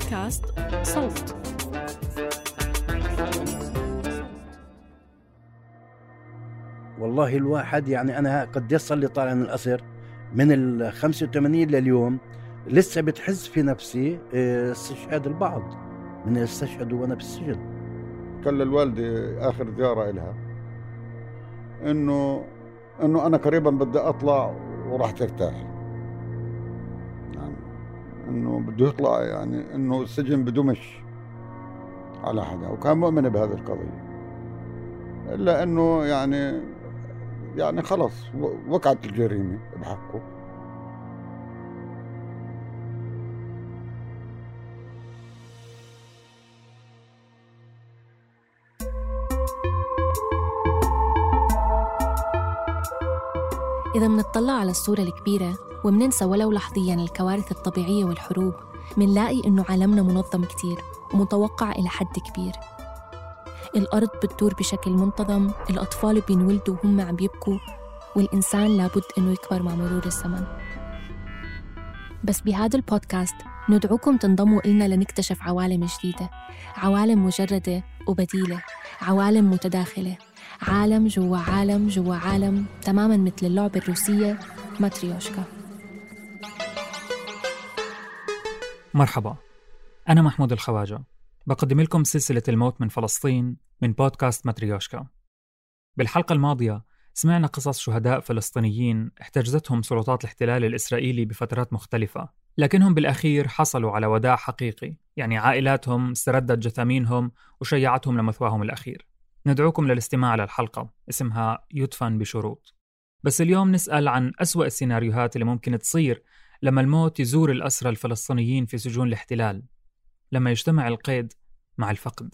بودكاست صوت. والله الواحد يعني أنا قد يصل لي طالع من الأسر من 85 لليوم لسه بتحس في نفسي استشهاد البعض من استشهدوا وأنا بالسجن. قال للوالدة آخر زيارة إلها إنه أنا قريبا بدي أطلع وراح ترتاح، يعني إنه بده يطلع، يعني إنه السجن بدمش على حدا، وكان مؤمن بهذه القضية، إلا إنه يعني خلص وقعت الجريمة بحقه. إذا منطلع على الصورة الكبيرة ومننسى ولو لحظياً الكوارث الطبيعية والحروب، منلاقي إنه عالمنا منظم كتير ومتوقع إلى حد كبير. الأرض بتدور بشكل منتظم، الأطفال بينولدوا وهم عم يبكوا، والإنسان لابد إنه يكبر مع مرور الزمن. بس بهذا البودكاست ندعوكم تنضموا إلنا لنكتشف عوالم جديدة، عوالم مجردة وبديلة، عوالم متداخلة، عالم جوا عالم جوا عالم، تماماً مثل اللعبة الروسية ماتريوشكا. مرحبا، أنا محمود الخواجة، بقدم لكم سلسلة الموت من فلسطين من بودكاست ماتريوشكا. بالحلقة الماضية سمعنا قصص شهداء فلسطينيين احتجزتهم سلطات الاحتلال الإسرائيلي بفترات مختلفة، لكنهم بالأخير حصلوا على وداع حقيقي، يعني عائلاتهم استردت جثامينهم وشيعتهم لمثواهم الأخير. ندعوكم للاستماع للحلقة اسمها يدفن بشروط. بس اليوم نسأل عن أسوأ السيناريوهات اللي ممكن تصير لما الموت يزور الأسرى الفلسطينيين في سجون الاحتلال، لما يجتمع القيد مع الفقد.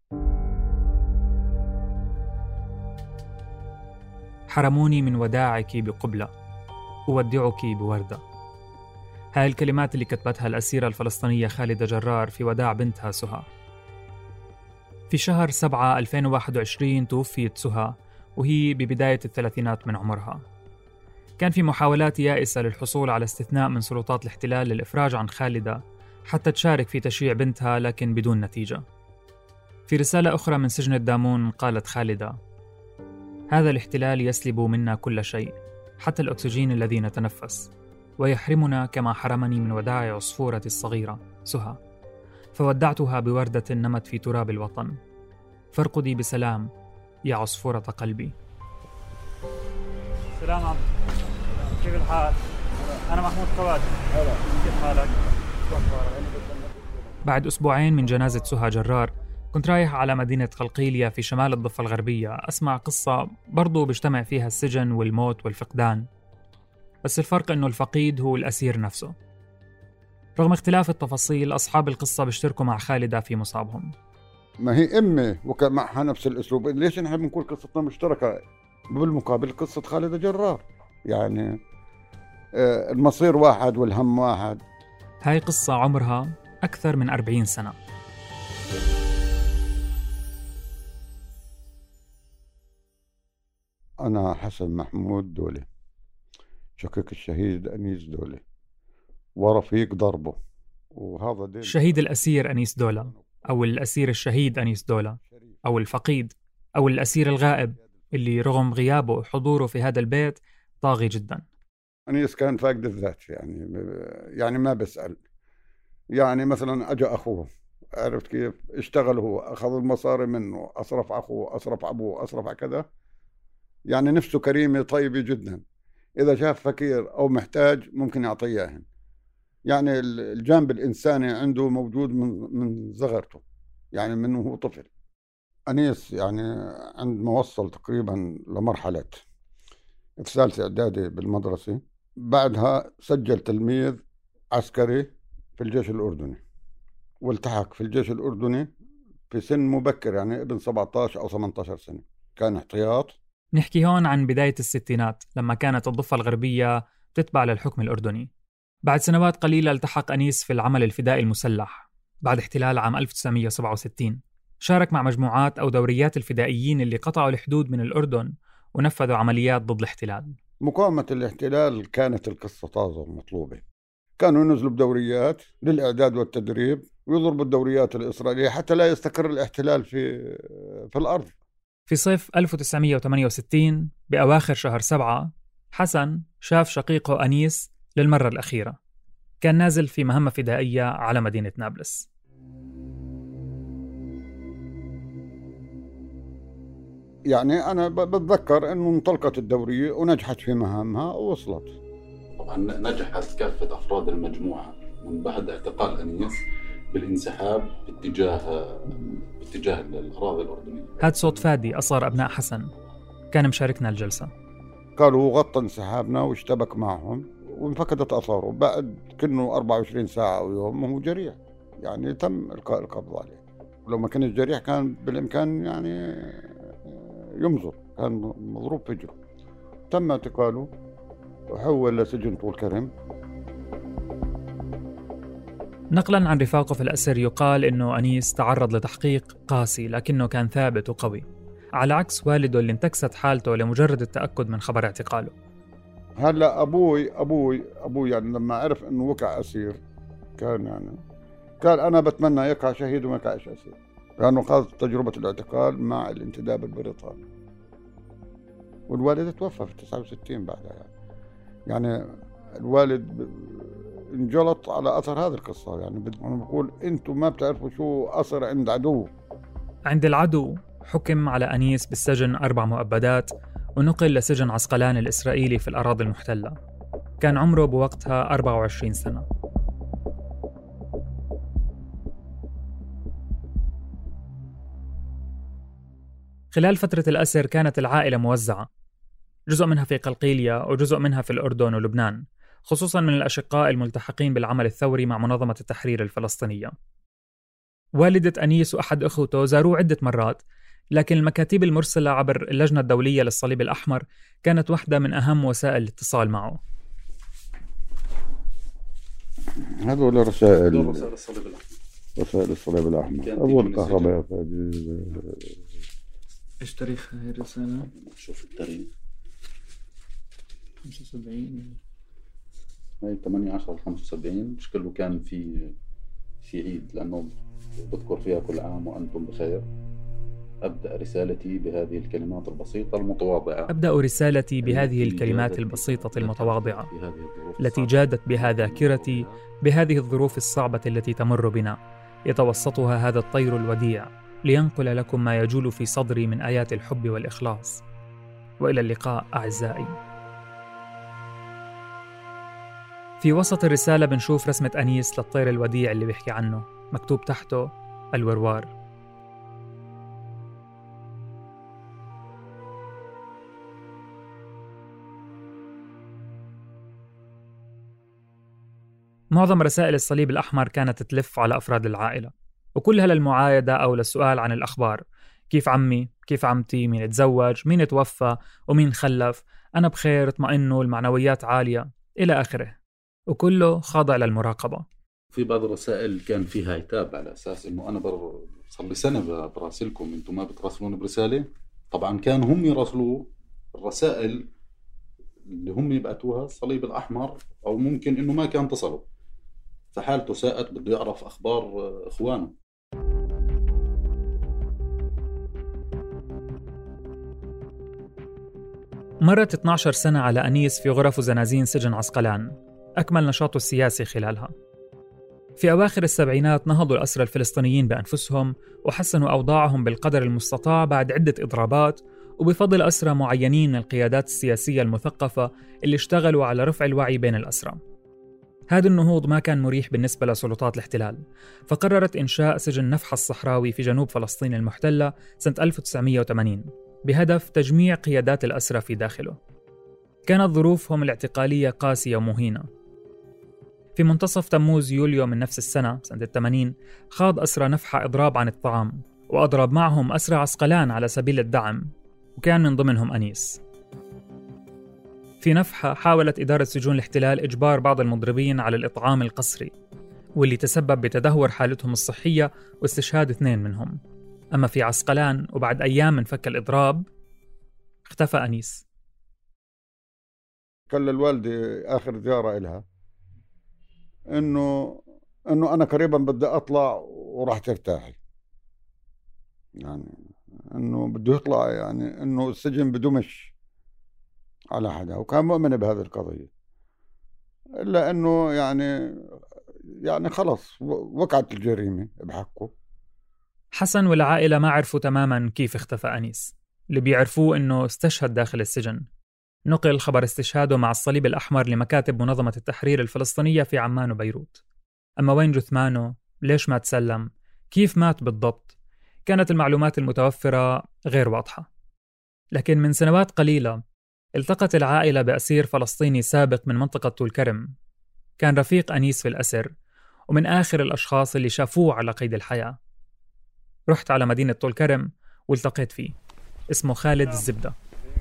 حرموني من وداعك بقبلة، أودعك بوردة. هاي الكلمات اللي كتبتها الأسيرة الفلسطينية خالدة جرار في وداع بنتها سهى. في شهر 7 2021 توفيت سهى وهي ببداية الثلاثينات من عمرها. كان في محاولات يائسة للحصول على استثناء من سلطات الاحتلال للإفراج عن خالدة حتى تشارك في تشييع بنتها، لكن بدون نتيجة. في رسالة أخرى من سجن الدامون قالت خالدة: هذا الاحتلال يسلب منا كل شيء، حتى الأكسجين الذي نتنفس، ويحرمنا كما حرمني من وداع عصفورتي الصغيرة سهى، فودعتها بوردة نمت في تراب الوطن. فارقدي بسلام يا عصفورة قلبي. سلام عم، كيف الحال؟ أنا محمود خواجة. كيف حالك؟ بعد أسبوعين من جنازة سهى جرار كنت رايح على مدينة قلقيلية في شمال الضفة الغربية أسمع قصة برضو بيجتمع فيها السجن والموت والفقدان، بس الفرق إنه الفقيد هو الأسير نفسه. رغم اختلاف التفاصيل أصحاب القصة بيشتركوا مع خالدة في مصابهم. ما هي أمي وكان معها نفس الأسلوب، ليش نحن بنقول قصتنا مشتركة؟ بالمقابل قصة خالدة جرار، يعني المصير واحد والهم واحد. هاي قصة عمرها أكثر من 40 سنة. أنا حسن محمود دولي، شقيق الشهيد أنيس دولي ورفيق ضربه. وهذا الشهيد الأسير أنيس دولا، أو الأسير الشهيد أنيس دولا، أو الفقيد، أو الأسير الغائب اللي رغم غيابه وحضوره في هذا البيت طاغي جدا. أنيس كان فاقد الذات، يعني ما بسأل، يعني مثلا أجا أخوه، عرفت كيف اشتغل، هو أخذ المصاري منه، أصرف أخوه، أصرف أبوه، أصرف على كذا، يعني نفسه كريمة طيبة جدا، إذا شاف فقير أو محتاج ممكن يعطيه إياه. يعني الجانب الإنساني عنده موجود من صغرته، يعني من هو طفل. أنيس يعني عندما وصل تقريبا لمرحلة في ثالثة إعدادي بالمدرسة، بعدها سجل تلميذ عسكري في الجيش الأردني، والتحق في الجيش الأردني في سن مبكر، يعني ابن 17 أو 18 سنة، كان احتياط. نحكي هون عن بداية الستينات لما كانت الضفة الغربية تتبع للحكم الأردني. بعد سنوات قليلة التحق أنيس في العمل الفدائي المسلح بعد احتلال عام 1967. شارك مع مجموعات أو دوريات الفدائيين اللي قطعوا الحدود من الأردن ونفذوا عمليات ضد الاحتلال. مقاومة الاحتلال كانت القصة طازة ومطلوبة، كانوا ينزلوا بدوريات للإعداد والتدريب ويضربوا الدوريات الإسرائيلية حتى لا يستقر الاحتلال في الأرض. في صيف 1968 بأواخر شهر 7 حسن شاف شقيقه أنيس للمرة الأخيرة. كان نازل في مهمة فدائية على مدينة نابلس. يعني أنا بتذكر أنه انطلقت الدورية ونجحت في مهامها ووصلت. طبعا نجحت كافة أفراد المجموعة من بعد اعتقال أنيس بالانسحاب باتجاه الأراضي الأردنية. هاد صوت فادي أصغر أبناء حسن، كان مشاركنا الجلسة. قالوا غطى انسحابنا واشتبك معهم وانفقدت أثاره. بعد كأنه 24 ساعة أو يوم هو جريح، يعني تم إلقاء القبض عليه. ولو ما كان جريح كان بالإمكان يعني يمزر، كان مضروب في جره. تم اعتقاله وحول لسجن طول كرم. نقلاً عن رفاقه في الأسر يقال إنه أنيس تعرض لتحقيق قاسي لكنه كان ثابت وقوي، على عكس والده اللي انتكست حالته لمجرد التأكد من خبر اعتقاله. هلا أبوي يعني لما عرف إنه وقع أسير كان قال أنا بتمنى يقع شهيد وما يقعش أسير، لأنه خاض تجربة الاعتقال مع الانتداب البريطاني. والوالد توفى في 69 بعدها. يعني الوالد انجلط على أثر هذه القصة. يعني أنا بقول أنتم ما بتعرفوا شو أثر عند عدو. عند العدو حكم على أنيس بالسجن 4 مؤبدات ونقل لسجن عسقلان الإسرائيلي في الأراضي المحتلة. كان عمره بوقتها 24 سنة. خلال فترة الأسر كانت العائلة موزعة، جزء منها في قلقيلية وجزء منها في الأردن ولبنان، خصوصاً من الأشقاء الملتحقين بالعمل الثوري مع منظمة التحرير الفلسطينية. والدة أنيس وأحد أخوته زاروه عدة مرات، لكن المكاتيب المرسلة عبر اللجنة الدولية للصليب الأحمر كانت واحدة من أهم وسائل الاتصال معه. هذول رسائل الصليب الأحمر. رسائل الصليب الأحمر. أول الكهرباء. إيش تاريخ هاي الرسالة؟ شوف التاريخ 75 هاي 18/75. شكله كان في عيد، لأنه بذكر فيها كل عام وأنتم بخير. أبدأ رسالتي بهذه الكلمات البسيطة المتواضعة. أبدأ رسالتي بهذه الكلمات البسيطة المتواضعة التي جادت بها ذاكرتي بهذه الظروف الصعبة التي تمر بنا، يتوسطها هذا الطير الوديع لينقل لكم ما يجول في صدري من آيات الحب والإخلاص. وإلى اللقاء أعزائي. في وسط الرسالة بنشوف رسمة أنيس للطير الوديع اللي بيحكي عنه، مكتوب تحته الوروار. معظم رسائل الصليب الأحمر كانت تلف على أفراد العائلة، وكلها للمعايدة أو للسؤال عن الأخبار. كيف عمي؟ كيف عمتي؟ مين تزوج؟ مين توفى؟ ومين خلف؟ أنا بخير، اطمئنوا، المعنويات عالية، إلى آخره، وكله خاضع للمراقبة. في بعض الرسائل كان فيها عتاب على أساس إنه أنا صار لي سنة براسلكم، أنتم ما بتراسلوني برسالة. طبعا كان هم يراسلوه الرسائل اللي هم يبعتوها الصليب الأحمر، أو ممكن إنه ما كان تصلوا، فحالته ساءت، بده يعرف أخبار إخوانه. مرت 12 سنة على أنيس في غرف وزنازين سجن عسقلان، أكمل نشاطه السياسي خلالها. في أواخر السبعينات نهضوا الأسرى الفلسطينيين بأنفسهم وحسنوا أوضاعهم بالقدر المستطاع بعد عدة إضرابات، وبفضل أسرى معينين من القيادات السياسية المثقفة اللي اشتغلوا على رفع الوعي بين الأسرى. هذا النهوض ما كان مريح بالنسبة لسلطات الاحتلال، فقررت إنشاء سجن نفحة الصحراوي في جنوب فلسطين المحتلة سنة 1980 بهدف تجميع قيادات الأسرى في داخله. كانت ظروفهم الاعتقالية قاسية ومهينة. في منتصف تموز يوليو من نفس السنة سنة 80 خاض أسرى نفحة إضراب عن الطعام، وأضرب معهم أسرى عسقلان على سبيل الدعم، وكان من ضمنهم أنيس. في نفحة حاولت إدارة سجون الاحتلال إجبار بعض المضربين على الإطعام القسري، واللي تسبب بتدهور حالتهم الصحية واستشهاد 2 منهم. أما في عسقلان وبعد أيام من فك الإضراب اختفى أنيس. كان للوالدة آخر زيارة إلها إنه إنه أنا قريبا بدي أطلع وراح ترتاحي، يعني إنه بده يطلع، يعني إنه السجن بدمش على حدا، وكان مؤمن بهذه القضية. إلا إنه يعني خلص وقعت الجريمة بحقه. حسن والعائلة ما عرفوا تماماً كيف اختفى أنيس. اللي بيعرفوه إنه استشهد داخل السجن. نقل خبر استشهاده مع الصليب الأحمر لمكاتب منظمة التحرير الفلسطينية في عمان وبيروت. أما وين جثمانه؟ ليش ما تسلم؟ كيف مات بالضبط؟ كانت المعلومات المتوفرة غير واضحة. لكن من سنوات قليلة التقت العائلة بأسير فلسطيني سابق من منطقة طول كرم. كان رفيق أنيس في الأسر ومن آخر الأشخاص اللي شافوه على قيد الحياة. رحت على مدينة طول كرم والتقيت فيه. اسمه خالد الزبدة.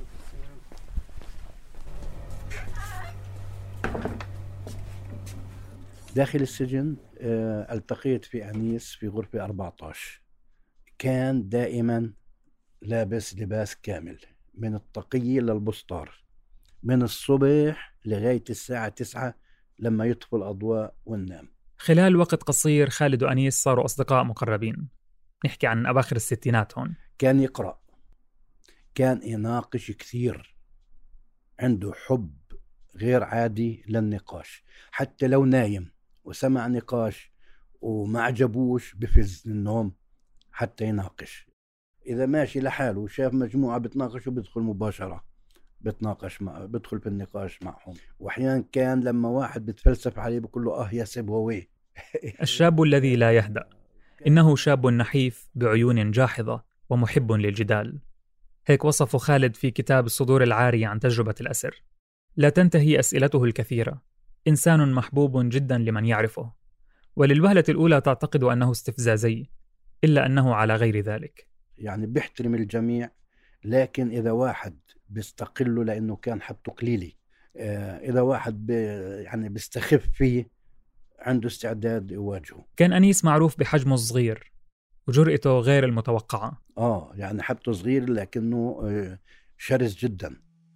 داخل السجن التقيت في أنيس في غرفة 14. كان دائما لابس لباس كامل من الطاقية للبسطار من الصبح لغاية الساعة 9 لما يطفئ الأضواء وننام. خلال وقت قصير خالد وأنيس صاروا أصدقاء مقربين. نحكي عن أواخر الستينات هون. كان يقرأ، كان يناقش كثير، عنده حب غير عادي للنقاش. حتى لو نايم وسمع نقاش وما عجبوش بفز النوم حتى يناقش. إذا ماشي لحاله وشاف مجموعة بتناقش وبدخل مباشرة بدخل في النقاش معهم. وأحيانا كان لما واحد بتفلسف عليه بقول له يا سيبويه. الشاب الذي لا يهدأ. إنه شاب نحيف بعيون جاحظة ومحب للجدال. هيك وصفه خالد في كتاب الصدور العارية عن تجربة الأسر. لا تنتهي أسئلته الكثيرة. إنسان محبوب جدا لمن يعرفه، وللوهلة الأولى تعتقد أنه استفزازي، إلا أنه على غير ذلك. يعني بيحترم الجميع، لكن إذا واحد بيستقله لأنه كان حبته قليلي، إذا واحد يعني بيستخف فيه عنده استعداد يواجهه. كان أنيس معروف بحجمه الصغير وجرأته غير المتوقعة. يعني حبته صغير لكنه شرس جدا.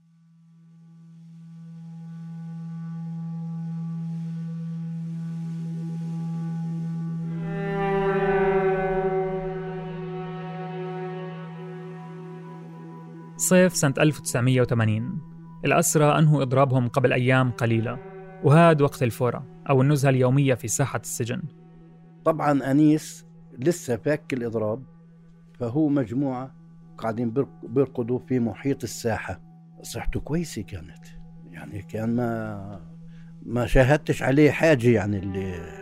صيف سنة 1980 الأسرى أنهوا إضرابهم قبل أيام قليلة، وهاد وقت الفورة أو النزهة اليومية في ساحة السجن. طبعا أنيس لسه فاك الإضراب، فهو مجموعة قاعدين بيرقدوا في محيط الساحة. صحته كويسة كانت، يعني كان ما شاهدتش عليه حاجة يعني اللي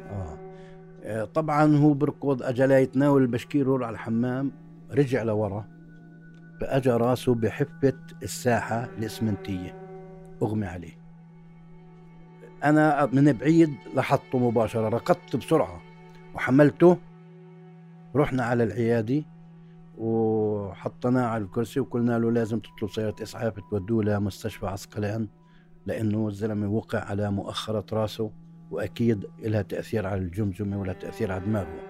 طبعا هو بركض أجل يتناول البشكير ويروح على الحمام، رجع لورا فأجى راسه بحفة الساحة الإسمنتية، أغمي عليه. أنا من بعيد لاحظته مباشرة، ركضت بسرعة وحملته، رحنا على العيادة وحطناه على الكرسي وقلنا له لازم تطلب سيارة إسعاف تودوه لمستشفى عسقلان، لأنه الزلمة وقع على مؤخرة راسه وأكيد لها تأثير على الجمجمة ولا تأثير على دماغه.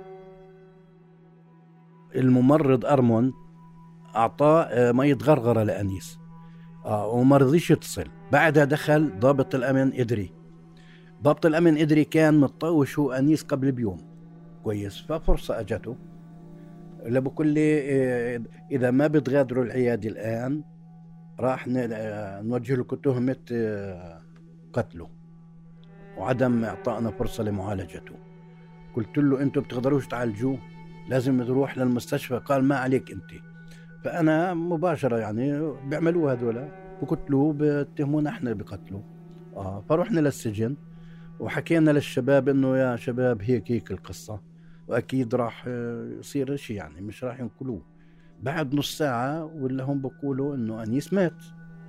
الممرض أرمون أعطاه مية غرغرة لأنيس وما رضيش يتصل. بعدها دخل ضابط الأمن إدري. ضابط الأمن إدري كان متطوش هو أنيس قبل بيوم كويس، ففرصة أجته بقول لي إذا ما بتغادروا العيادة الآن راح نوجه لكم تهمة قتله وعدم إعطائنا فرصة لمعالجته. قلت له أنتوا بتقدروش تعالجوه، لازم نروح للمستشفى. قال ما عليك أنت. فأنا مباشرة يعني بيعملوا هذولا بقتلوه، بتهمونا احنا بقتله. فرحنا للسجن وحكينا للشباب انه يا شباب هيك القصة، واكيد راح يصير شيء، يعني مش راح ينقلوه. بعد نص ساعة ولا هم بقولوا انه أنيس مات.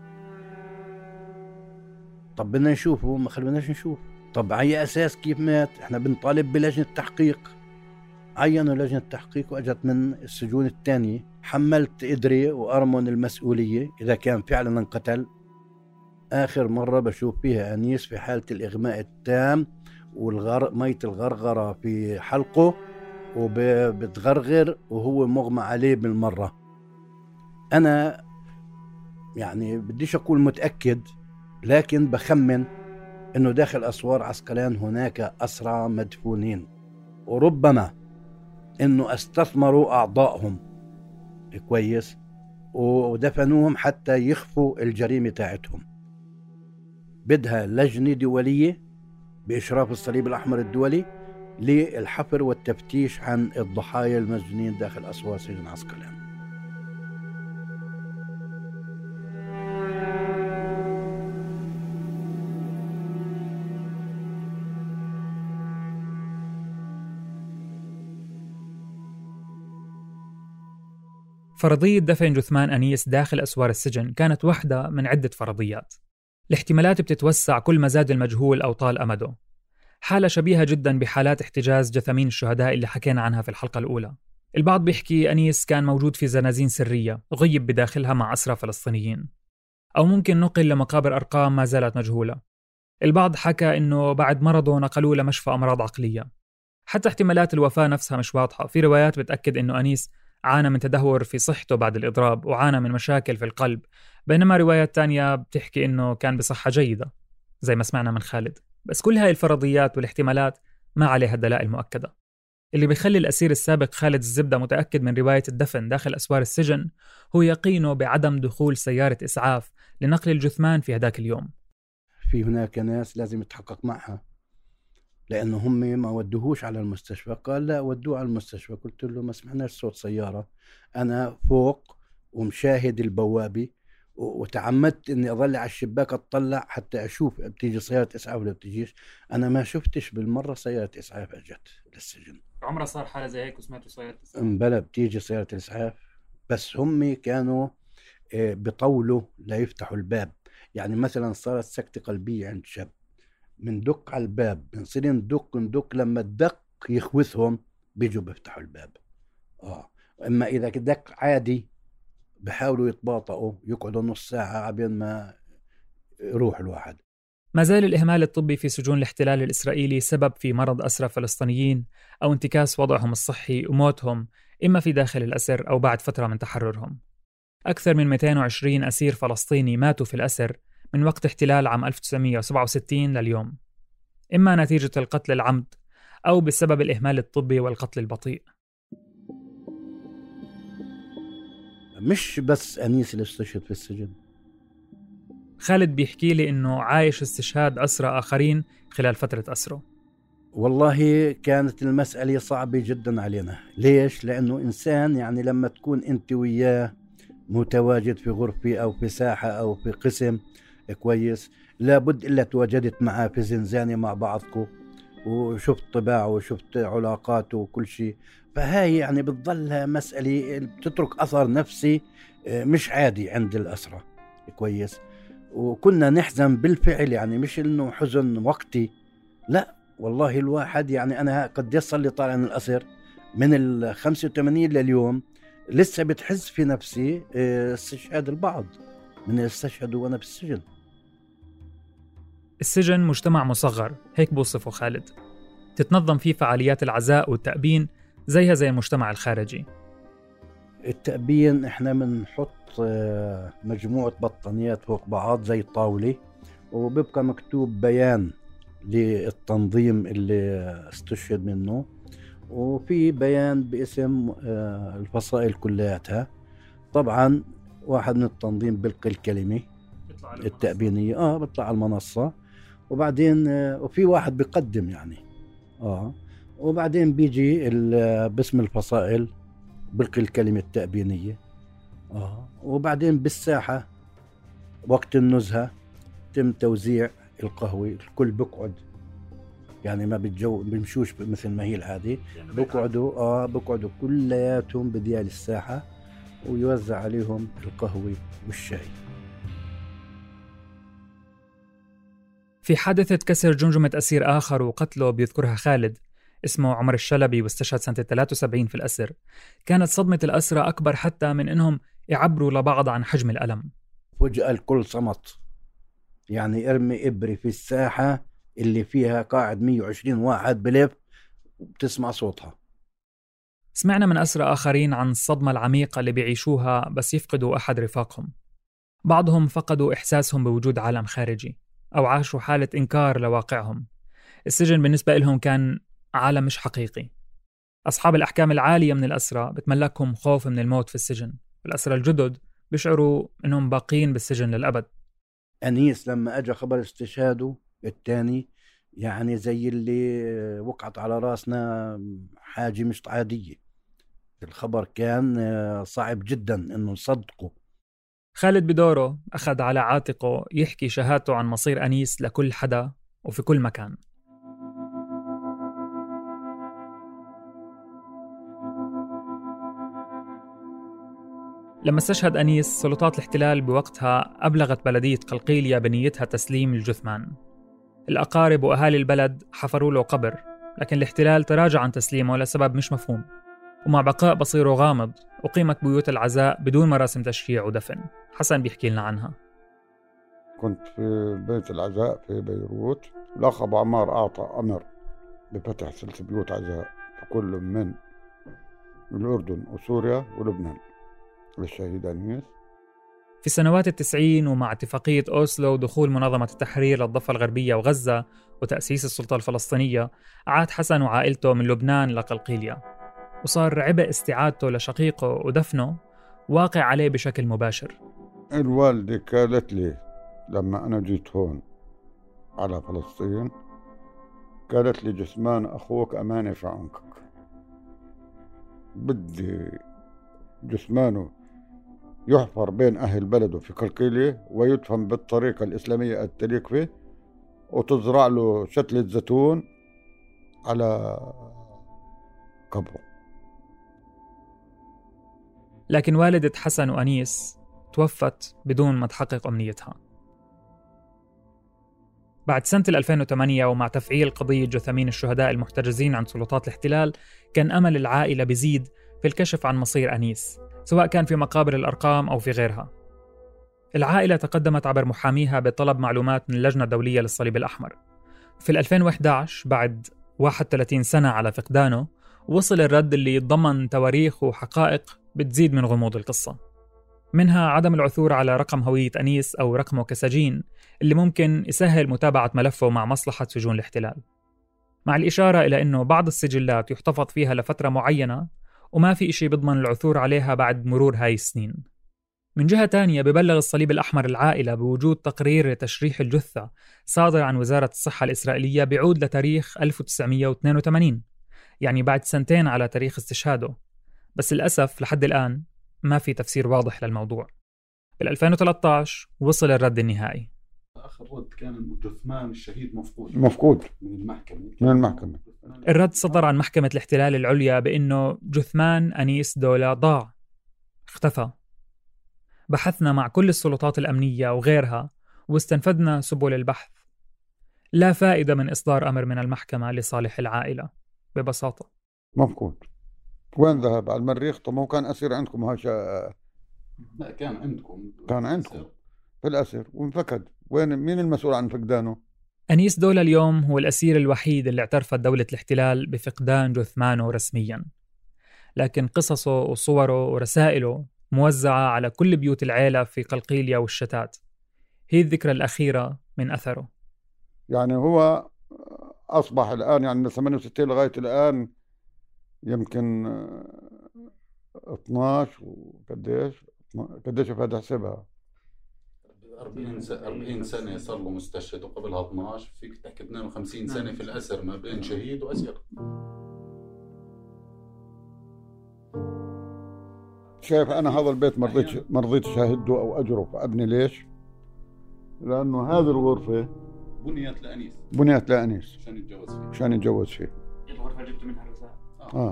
طب بدنا نشوفه، ما خلوناش نشوف. طب على اساس كيف مات؟ احنا بنطالب بلجنة تحقيق. عينوا لجنة تحقيق واجت من السجون الثانية. حملت إدري وأرمون المسؤولية إذا كان فعلا انقتل. آخر مرة بشوف فيها أنيس في حالة الإغماء التام مية الغرغرة في حلقه وبتغرغر وهو مغمى عليه بالمرة. أنا يعني بديش أقول متأكد، لكن بخمن أنه داخل أسوار عسقلان هناك أسرى مدفونين، وربما أنه استثمروا أعضائهم كويس ودفنوهم حتى يخفوا الجريمة تاعتهم. بدها لجنة دولية بإشراف الصليب الأحمر الدولي للحفر والتفتيش عن الضحايا المسجونين داخل أسوار سجن عسقلان. فرضية دفن جثمان أنيس داخل أسوار السجن كانت واحدة من عدة فرضيات. الاحتمالات بتتوسع كل ما زاد المجهول أو طال أمده. حالة شبيهة جدا بحالات احتجاز جثامين الشهداء اللي حكينا عنها في الحلقة الأولى. البعض بيحكي أنيس كان موجود في زنازين سرية غيب بداخلها مع أسرى فلسطينيين، أو ممكن نقل لمقابر أرقام ما زالت مجهولة. البعض حكى إنه بعد مرضه نقلوه لمشفى أمراض عقلية. حتى احتمالات الوفاة نفسها مش واضحة. في روايات بتأكد إنه أنيس عانى من تدهور في صحته بعد الإضراب وعانى من مشاكل في القلب، بينما روايات تانية بتحكي إنه كان بصحة جيدة زي ما سمعنا من خالد. بس كل هاي الفرضيات والاحتمالات ما عليها دلائل مؤكدة. اللي بيخلي الأسير السابق خالد الزبدة متأكد من رواية الدفن داخل أسوار السجن هو يقينه بعدم دخول سيارة إسعاف لنقل الجثمان في هداك اليوم. في هناك ناس لازم يتحقق معها، لأنه هم ما ودوهوش على المستشفى. قال لا ودوه على المستشفى. قلت له ما سمعناش صوت سيارة، أنا فوق ومشاهد البوابة وتعمدت إني أظل على الشباك أطلع حتى أشوف بتيجي سيارة إسعاف ولا بتيجيش. أنا ما شفتش بالمرة سيارة إسعاف أجت للسجن. عمره صار حالة زي هيك وسمعتوا سيارة إسعاف؟ بلا بتيجي سيارة إسعاف، بس هم كانوا بطولوا لا يفتحوا الباب. يعني مثلا صارت سكتة قلبية عند شاب، مندق على الباب، بنصير ندق لما الدق يخوثهم بيجوا بيفتحوا الباب. اما اذا دق عادي بحاولوا يتباطئوا، يقعدوا نص ساعة عبين ما يروح الواحد. ما زال الإهمال الطبي في سجون الاحتلال الإسرائيلي سبب في مرض أسرى فلسطينيين أو انتكاس وضعهم الصحي وموتهم، إما في داخل الأسر أو بعد فترة من تحررهم. أكثر من 220 أسير فلسطيني ماتوا في الأسر من وقت احتلال عام 1967 لليوم، إما نتيجة القتل العمد أو بسبب الإهمال الطبي والقتل البطيء. مش بس أنيس اللي استشهد في السجن. خالد بيحكي لي إنه عايش استشهاد أسرى آخرين خلال فترة أسره. والله كانت المسألة صعبة جدا علينا. ليش؟ لأنه إنسان يعني لما تكون أنت وياه متواجد في غرفة أو في ساحة أو في قسم كويس، لابد إلا تواجدت معه في زنزانة مع بعضكم وشفت طباعه وشفت علاقاته وكل شيء. فهاي يعني بتظلها مسألة بتترك أثر نفسي مش عادي عند الأسرة كويس. وكنا نحزن بالفعل، يعني مش إنه حزن وقتي، لا والله الواحد يعني أنا قد يصل لي طالع من الأسر من 85 لليوم لسه بتحس في نفسي استشهاد البعض من استشهدوا وأنا بالسجن. السجن مجتمع مصغر، هيك بوصفه خالد، تتنظم فيه فعاليات العزاء والتأبين زيها زي المجتمع الخارجي. التأبين احنا بنحط مجموعة بطانيات فوق بعض زي الطاولة، وبيبقى مكتوب بيان للتنظيم اللي استشهد منه، وفي بيان باسم الفصائل كلياتها. طبعا واحد من التنظيم بلقي الكلمة التأبينية بيطلع على المنصة، وبعدين وفي واحد بيقدم يعني وبعدين بيجي باسم الفصائل بلقي الكلمة التأبينية وبعدين بالساحة وقت النزهة تم توزيع القهوة. الكل بقعد، يعني ما بيمشوش مثل ما هي العادة، بقعدوا كلياتهم بديال الساحة ويوزع عليهم القهوة والشاي. في حادثة كسر جمجمة أسير آخر وقتله بيذكرها خالد اسمه عمر الشلبي واستشهد سنة 73 في الأسر، كانت صدمة الأسرى أكبر حتى من إنهم يعبروا لبعض عن حجم الألم. فجأة الكل صمت، يعني ارمي إبري في الساحة اللي فيها قاعد 120 واحد بلف وبتسمع صوتها. سمعنا من أسرى آخرين عن الصدمة العميقة اللي بيعيشوها بس يفقدوا أحد رفاقهم. بعضهم فقدوا إحساسهم بوجود عالم خارجي، أو عاشوا حالة إنكار لواقعهم. السجن بالنسبة لهم كان عالم مش حقيقي. أصحاب الأحكام العالية من الأسرى بتملكهم خوف من الموت في السجن، والأسرى الجدد بيشعروا إنهم باقين بالسجن للأبد. أنيس لما أجى خبر استشهاده الثاني، يعني زي اللي وقعت على راسنا حاجة مش عادية. الخبر كان صعب جدا إنه نصدقه. خالد بدوره أخذ على عاتقه يحكي شهادته عن مصير أنيس لكل حدا وفي كل مكان. لما استشهد أنيس، سلطات الاحتلال بوقتها أبلغت بلدية قلقيلية بنيتها تسليم الجثمان. الأقارب وأهالي البلد حفروا له قبر، لكن الاحتلال تراجع عن تسليمه لسبب مش مفهوم. ومع بقاء بصيره غامض، أقيمت بيوت العزاء بدون مراسم تشييع ودفن. حسن بيحكي لنا عنها. كنت في بيت العزاء في بيروت، الأخ أبو عمار أعطى أمر بفتح سلسلة بيوت عزاء في كل من الأردن وسوريا ولبنان للشهيد أنيس. في سنوات 90 ومع اتفاقية أوسلو ودخول منظمة التحرير للضفة الغربية وغزة وتأسيس السلطة الفلسطينية، عاد حسن وعائلته من لبنان لقلقيلية، وصار عبء استعادته لشقيقه ودفنه واقع عليه بشكل مباشر. الوالدة قالت لي لما أنا جيت هون على فلسطين، قالت لي جثمان أخوك أمانة في عنقك، بدي جثمانه يحفر بين أهل بلده في قلقيلية ويدفن بالطريقة الإسلامية التليق فيه، وتزرع له شتلة زيتون على قبره. لكن والدة حسن وأنيس توفت بدون ما تحقق أمنيتها. بعد سنة 2008 ومع تفعيل قضية جثامين الشهداء المحتجزين عن سلطات الاحتلال، كان أمل العائلة بيزيد في الكشف عن مصير أنيس، سواء كان في مقابر الأرقام أو في غيرها. العائلة تقدمت عبر محاميها بطلب معلومات من اللجنة الدولية للصليب الأحمر. في 2011 بعد 31 سنة على فقدانه، وصل الرد اللي يتضمن تواريخ وحقائق بتزيد من غموض القصة. منها عدم العثور على رقم هوية أنيس أو رقمه كسجين اللي ممكن يسهل متابعة ملفه مع مصلحة سجون الاحتلال، مع الإشارة إلى أنه بعض السجلات يحتفظ فيها لفترة معينة وما في إشي بضمن العثور عليها بعد مرور هاي السنين. من جهة تانية ببلغ الصليب الأحمر العائلة بوجود تقرير لتشريح الجثة صادر عن وزارة الصحة الإسرائيلية بيعود لتاريخ 1982، يعني بعد سنتين على تاريخ استشهاده. بس للأسف لحد الآن ما في تفسير واضح للموضوع. بال 2013 وصل الرد النهائي. آخر رد كان إنه جثمان الشهيد مفقود من المحكمة. الرد صدر عن محكمة الاحتلال العليا بأنه جثمان أنيس دولا ضاع، اختفى. بحثنا مع كل السلطات الأمنية وغيرها واستنفذنا سبل البحث. لا فائدة من إصدار أمر من المحكمة لصالح العائلة. ببساطة مفقود. وين ذهب؟ على المريخ؟ طب ما هو كان أسير عندكم. لا، كان عندكم في الأسر وانفقد. مين المسؤول عن فقدانه؟ أنيس دولا اليوم هو الأسير الوحيد اللي اعترفت دولة الاحتلال بفقدان جثمانه رسميا، لكن قصصه وصوره ورسائله موزعة على كل بيوت العيلة في قلقيلية والشتات. هي الذكرى الأخيرة من أثره. يعني هو أصبح الآن، يعني من 68 لغاية الآن يمكن 12 قديش فاد حسبها 40 سنة صار له مستشهد، وقبلها 12 فيك تحكي 52 سنة في الأسر ما بين شهيد وأسير. شايف أنا هذا البيت ما رضيت شاهده أو أجره فأبني. ليش؟ لأنه هذه الغرفة بنيت لأنيس عشان يتجوز فيه. الغرفة جبت منها رسالة.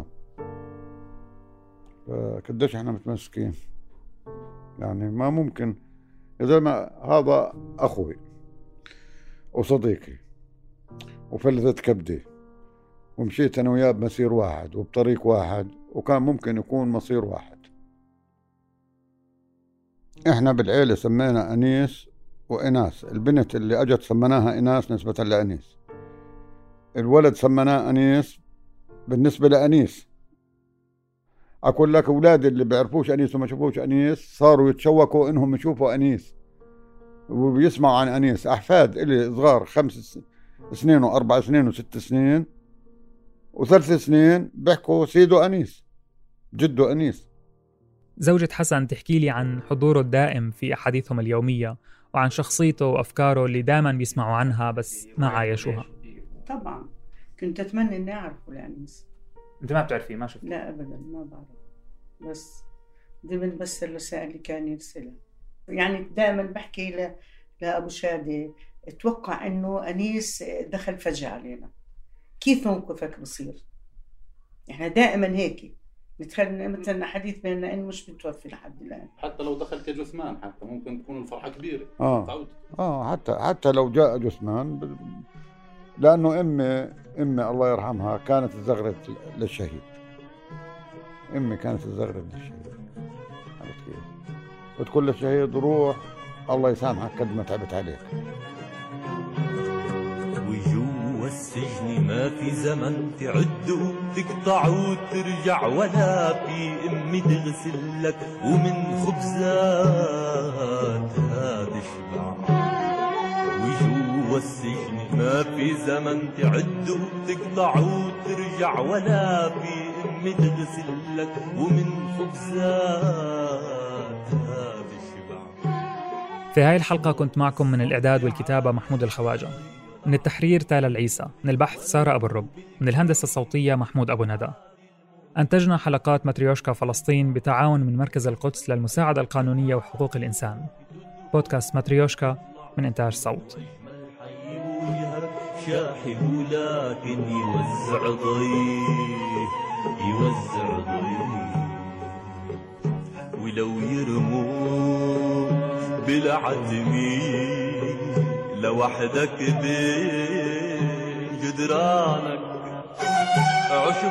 فقديش احنا متمسكين. يعني ما ممكن إذا ما هذا أخوي وصديقي وفلذت كبدي ومشيت أنا وياه بمسير واحد وبطريق واحد، وكان ممكن يكون مصير واحد. إحنا بالعيلة سمينا أنيس وإناس. البنت اللي أجت سمناها إناس نسبة لأنيس، الولد سمناه أنيس بالنسبة لأنيس. أقول لك أولادي اللي بيعرفوش أنيس وما شافوش أنيس صاروا يتشوقوا إنهم يشوفوا أنيس، وبيسمعوا عن أنيس. أحفاد إلي صغار 5 سنين و4 سنين و6 سنين و3 سنين بيحكوا سيدو أنيس، جدو أنيس. زوجة حسن تحكي لي عن حضوره الدائم في أحاديثهم اليومية، وعن شخصيته وأفكاره اللي دائما بيسمعوا عنها بس ما عايشوها. طبعا كنت أتمنى إني أعرفه الأنيس. أنت ما بتعرفيه؟ ما شفت؟ لا أبدا ما بعرف، بس ضمن بس الرسائل اللي كان يرسلها. يعني دائما بحكي لأبو شادي اتوقع إنه أنيس دخل فجأة علينا، كيف موقفك بصير؟ إحنا دائما هيك نتخيل مثلا حديث بيننا إنه مش متوفي لحد الآن. حتى لو دخل كجثمان حتى ممكن تكون الفرحة كبيرة. حتى لو جاء جثمان، لأنه أمي الله يرحمها كانت الزغرة للشهيد. أمي كانت الزغرة للشهيد، عرفت كيف؟ وتقول للشهيد روح الله يسامحك قد ما تعبت عليك. وجوا السجن ما في زمن تعد وتقطع وترجع، ولا في أمي تغسل لك ومن خبزاتها تشبع. وجوا السجن ما في زمن تعد وتقطع وترجع، ولا في أمي تغسل لك ومن خبزاتها تشبع. في هاي الحلقة كنت معكم من الإعداد والكتابة محمود الخواجة، من التحرير تالا العيسى، من البحث سارة أبو الرب، من الهندسة الصوتية محمود أبو ندى. أنتجنا حلقات ماتريوشكا فلسطين بتعاون من مركز القدس للمساعدة القانونية وحقوق الإنسان. بودكاست ماتريوشكا من إنتاج صوت. شاحي ولكن يوزع ضيف، يوزع ضيف. ولو يرموا بالعتمي لوحدك بين جدرانك، عشب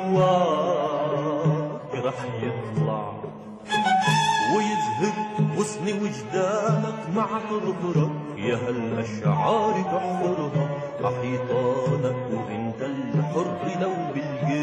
جواك رح يطلع ويزهر غصن وجدانك مع طرفرك. يا هالأشعار تحفرها حيطانك، وانت الحر لو بالجيل